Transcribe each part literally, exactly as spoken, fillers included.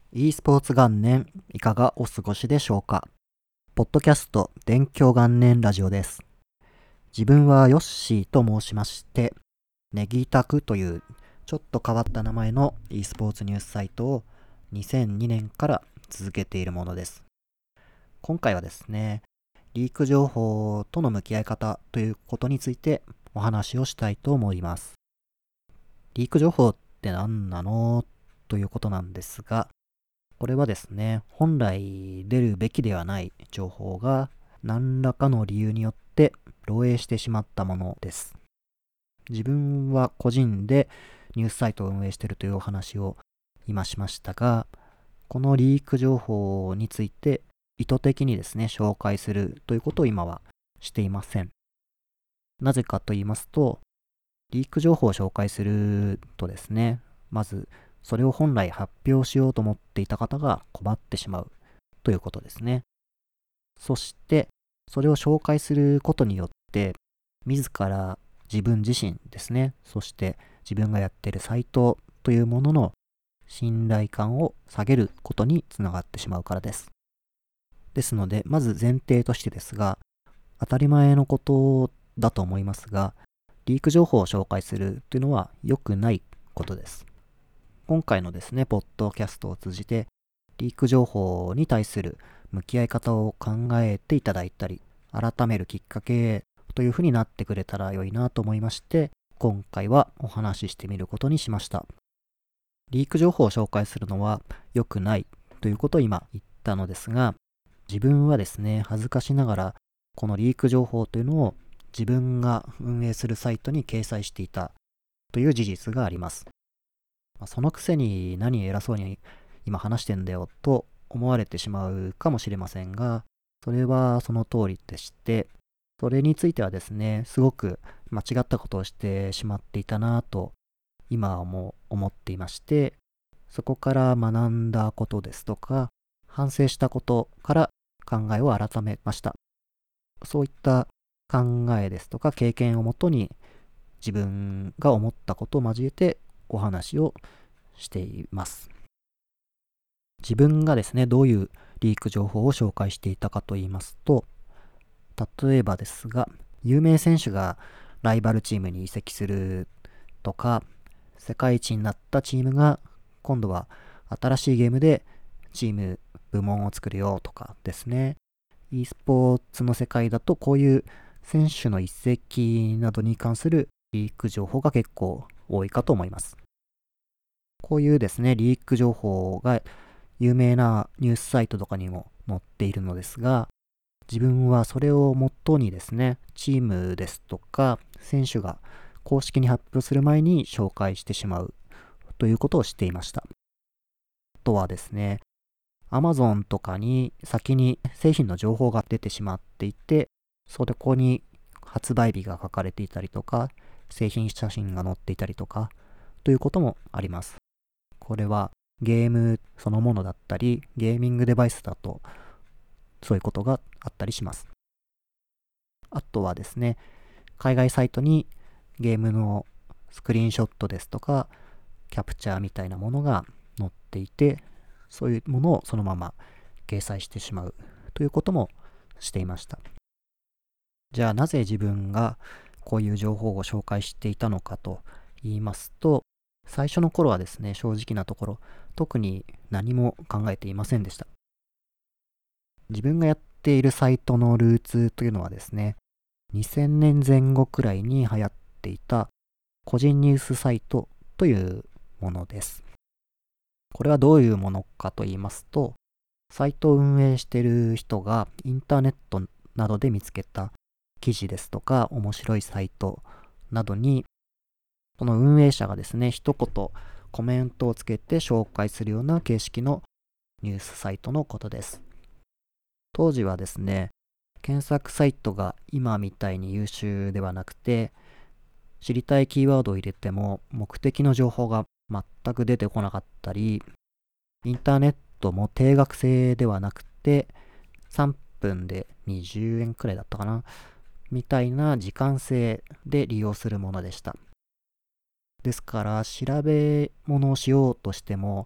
e スポーツ元年いかがお過ごしでしょうか。ポッドキャスト勉強元年ラジオです。自分はヨッシーと申しまして、ネギタクというちょっと変わった名前の e スポーツニュースサイトをにせんにねんから続けているものです。今回はですね、リーク情報との向き合い方ということについてお話をしたいと思います。リーク情報って何なのということなんですが、これはですね、本来出るべきではない情報が何らかの理由によって漏洩してしまったものです。自分は個人でニュースサイトを運営しているというお話を今しましたが、このリーク情報について意図的にですね、紹介するということを今はしていません。なぜかと言いますと、リーク情報を紹介するとですね、まずそれを本来発表しようと思っていた方が困ってしまうということですね。そして、それを紹介することによって、自ら自分自身ですね、そして自分がやっているサイトというものの信頼感を下げることにつながってしまうからです。ですので、まず前提としてですが、当たり前のことだと思いますが、リーク情報を紹介するというのは良くないことです。今回のですね、ポッドキャストを通じて、リーク情報に対する向き合い方を考えていただいたり、改めるきっかけというふうになってくれたら良いなと思いまして、今回はお話ししてみることにしました。リーク情報を紹介するのは良くないということを今言ったのですが、自分はですね、恥ずかしながら、このリーク情報というのを自分が運営するサイトに掲載していたという事実があります。そのくせに何偉そうに今話してんだよと思われてしまうかもしれませんが、それはその通りでして、それについてはですね、すごく間違ったことをしてしまっていたなと今はもう思っていまして、そこから学んだことですとか、反省したことから考えを改めました。そういった考えですとか経験をもとに自分が思ったことを交えてお話をしています。自分がですね、どういうリーク情報を紹介していたかと言いますと、例えばですが、有名選手がライバルチームに移籍するとか、世界一になったチームが今度は新しいゲームでチーム部門を作るよとかですね。e スポーツの世界だとこういう選手の移籍などに関するリーク情報が結構多いかと思います。こういうですね、リーク情報が有名なニュースサイトとかにも載っているのですが、自分はそれをもとにですね、チームですとか選手が公式に発表する前に紹介してしまうということをしていました。あとはですね、Amazon とかに先に製品の情報が出てしまっていて、そこに発売日が書かれていたりとか、製品写真が載っていたりとか、ということもあります。これはゲームそのものだったり、ゲーミングデバイスだと、そういうことがあったりします。あとはですね、海外サイトにゲームのスクリーンショットですとか、キャプチャーみたいなものが載っていて、そういうものをそのまま掲載してしまうということもしていました。じゃあなぜ自分がこういう情報を紹介していたのかと言いますと、最初の頃はですね、正直なところ、特に何も考えていませんでした。自分がやっているサイトのルーツというのはですね、にせんねんぜん後くらいに流行っていた個人ニュースサイトというものです。これはどういうものかと言いますと、サイトを運営している人がインターネットなどで見つけた記事ですとか面白いサイトなどに、この運営者がですね、一言コメントをつけて紹介するような形式のニュースサイトのことです。当時はですね、検索サイトが今みたいに優秀ではなくて、知りたいキーワードを入れても目的の情報が全く出てこなかったり、インターネットも定額制ではなくて、さんぷんでにじゅうえんくらいだったかな、みたいな時間制で利用するものでした。ですから、調べ物をしようとしても、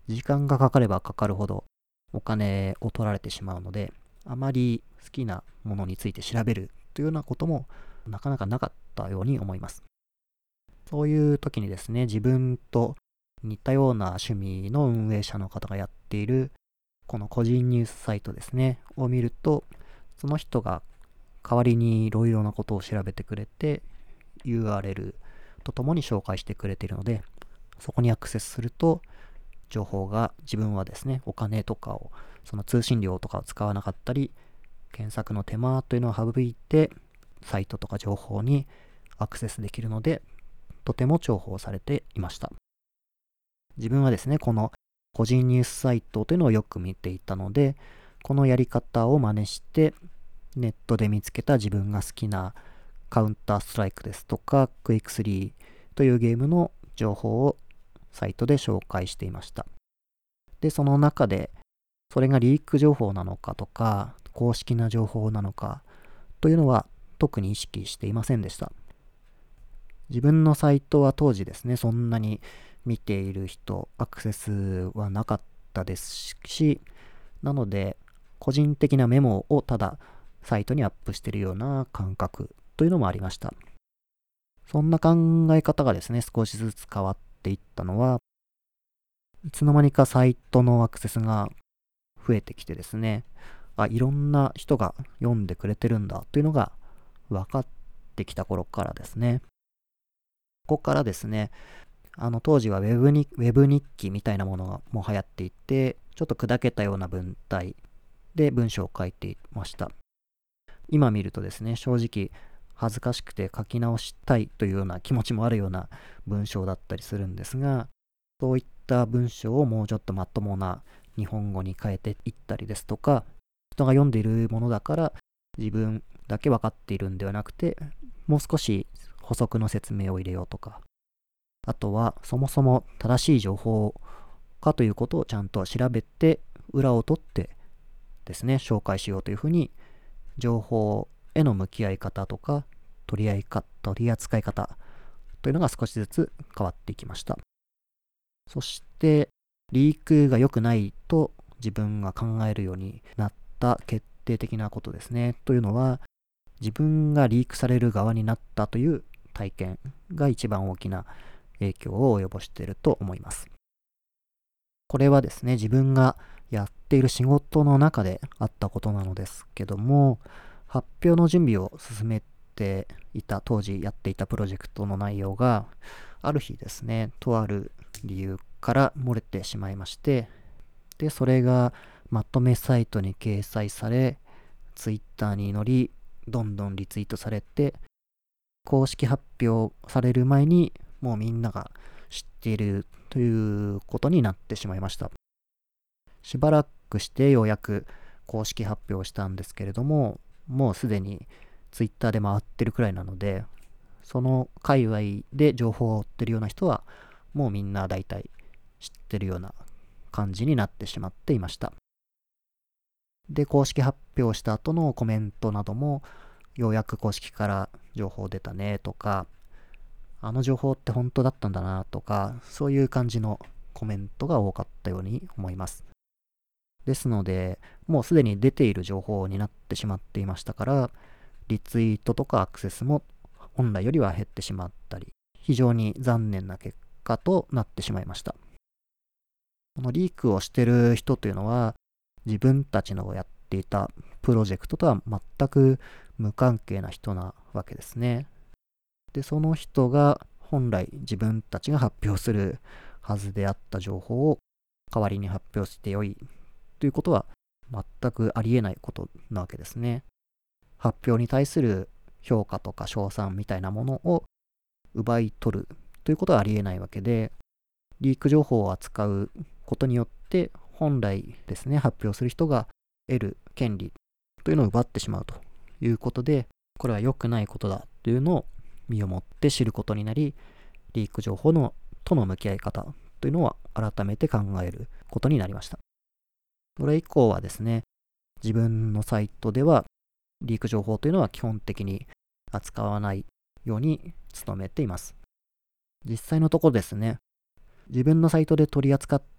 時間がかかればかかるほどお金を取られてしまうので、あまり好きなものについて調べるというようなこともなかなかなかったように思います。そういう時にですね、自分と似たような趣味の運営者の方がやっているこの個人ニュースサイトですね、を見ると、その人が代わりにいろいろなことを調べてくれて、ユーアールエル とともに紹介してくれているので、そこにアクセスすると、情報が自分はですね、お金とかを、その通信料とかを使わなかったり、検索の手間というのを省いて、サイトとか情報にアクセスできるので、とても重宝されていました。自分はですね、この個人ニュースサイトというのをよく見ていたので、このやり方を真似して、ネットで見つけた自分が好きなカウンターストライクですとか、クイックスリーというゲームの情報をサイトで紹介していました。で、その中で、それがリーク情報なのかとか、公式な情報なのかというのは特に意識していませんでした。自分のサイトは当時ですね、そんなに見ている人、アクセスはなかったですし、なので、個人的なメモをただサイトにアップしているような感覚というのもありました。そんな考え方がですね、少しずつ変わっていったのは、いつの間にかサイトのアクセスが増えてきてですね、あ、いろんな人が読んでくれてるんだというのが分かってきた頃からですね。ここからですね、あの当時はウェブに、ウェブ日記みたいなものがもう流行っていて、ちょっと砕けたような文体で文章を書いていました。今見るとですね、正直恥ずかしくて書き直したいというような気持ちもあるような文章だったりするんですが、そういった文章をもうちょっとまともな日本語に変えていったりですとか、人が読んでいるものだから自分だけ分かっているんではなくて、もう少し補足の説明を入れようとか、あとはそもそも正しい情報かということをちゃんと調べて裏を取ってですね、紹介しようというふうに情報への向き合い方とか取り合いか取り扱い方というのが少しずつ変わっていきました。そしてリークが良くないと自分が考えるようになった決定的なことですね。というのは、自分がリークされる側になったという体験が一番大きな影響を及ぼしていると思います。これはですね、自分がやっている仕事の中であったことなのですけども、発表の準備を進めていた、当時やっていたプロジェクトの内容が、ある日ですね、とある理由から漏れてしまいまして、で、それがまとめサイトに掲載され、ツイッターに載り、どんどんリツイートされて、公式発表される前にもうみんなが知っているということになってしまいました。しばらくしてようやく公式発表したんですけれども、もうすでにツイッターで回ってるくらいなので、その界隈で情報を追ってるような人はもうみんな大体知ってるような感じになってしまっていました。で、公式発表した後のコメントなども、ようやく公式から情報出たねとか、あの情報って本当だったんだなとか、そういう感じのコメントが多かったように思います。ですので、もうすでに出ている情報になってしまっていましたから、リツイートとかアクセスも本来よりは減ってしまったり、非常に残念な結果となってしまいました。このリークをしている人というのは、自分たちのやっていたプロジェクトとは全く無関係な人なわけですね。で、その人が本来自分たちが発表するはずであった情報を代わりに発表してよいということは全くありえないことなわけですね。発表に対する評価とか賞賛みたいなものを奪い取るということはありえないわけで、リーク情報を扱うことによって本来ですね、発表する人が得る権利というのを奪ってしまうということで、これは良くないことだというのを身をもって知ることになり、リーク情報のとの向き合い方というのは改めて考えることになりました。それ以降はですね、自分のサイトではリーク情報というのは基本的に扱わないように努めています。実際のところですね、自分のサイトで取り扱っ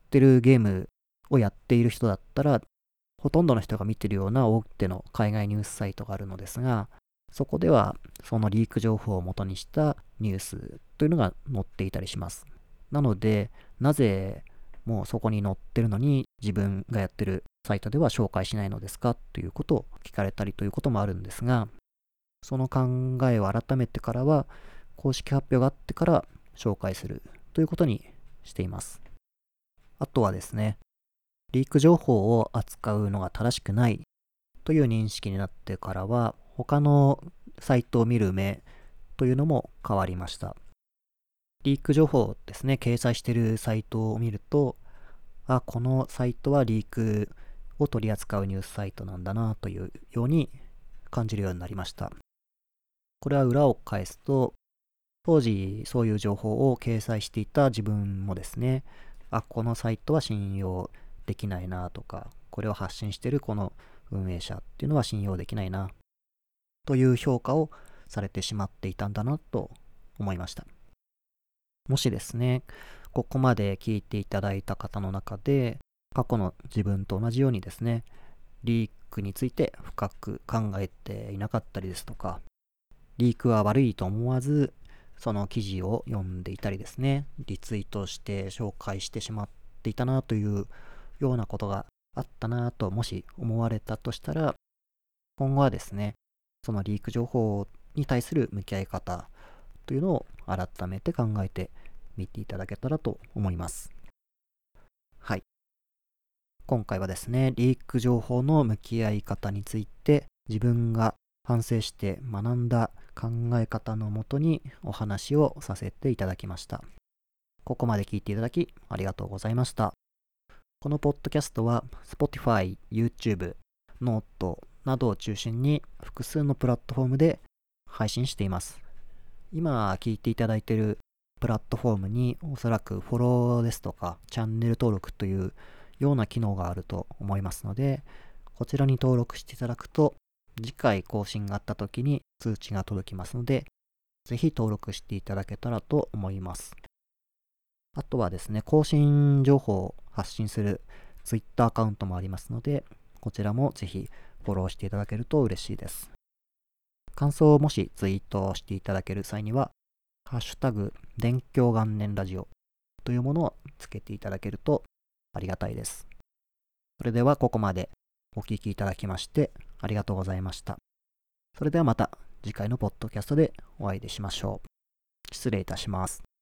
ってるゲームをやっている人だったら、ほとんどの人が見てるような大手の海外ニュースサイトがあるのですが、そこではそのリーク情報を元にしたニュースというのが載っていたりします。なので、なぜもうそこに載ってるのに自分がやってるサイトでは紹介しないのですかということを聞かれたりということもあるんですが、その考えを改めてからは、公式発表があってから紹介するということにしています。あとはですね、リーク情報を扱うのが正しくないという認識になってからは、他のサイトを見る目というのも変わりました。リーク情報ですね、掲載しているサイトを見ると、あ、このサイトはリークを取り扱うニュースサイトなんだなというように感じるようになりました。これは裏を返すと、当時そういう情報を掲載していた自分もですね、あ、このサイトは信用できないなとか、これを発信しているこの運営者っていうのは信用できないなという評価をされてしまっていたんだなと思いました。もしですね、ここまで聞いていただいた方の中で、過去の自分と同じようにですね、リークについて深く考えていなかったりですとか、リークは悪いと思わず、その記事を読んでいたりですね、リツイートして紹介してしまっていたなというようなことがあったなと、もし思われたとしたら、今後はですね、そのリーク情報に対する向き合い方というのを改めて考えてみていただけたらと思います。はい。今回はですね、リーク情報の向き合い方について、自分が反省して学んだ考え方のもとにお話をさせていただきました。ここまで聞いていただきありがとうございました。このポッドキャストは Spotify、YouTube、ノートなどを中心に複数のプラットフォームで配信しています。今聞いていただいているプラットフォームにおそらくフォローですとかチャンネル登録というような機能があると思いますので、こちらに登録していただくと次回更新があった時に通知が届きますので、ぜひ登録していただけたらと思います。あとはですね、更新情報を発信する Twitter アカウントもありますので、こちらもぜひフォローしていただけると嬉しいです。感想をもしツイートしていただける際には、ハッシュタグ、電教元年ラジオというものをつけていただけるとありがたいです。それではここまでお聞きいただきましてありがとうございました。それではまた次回のポッドキャストでお会いでしましょう。失礼いたします。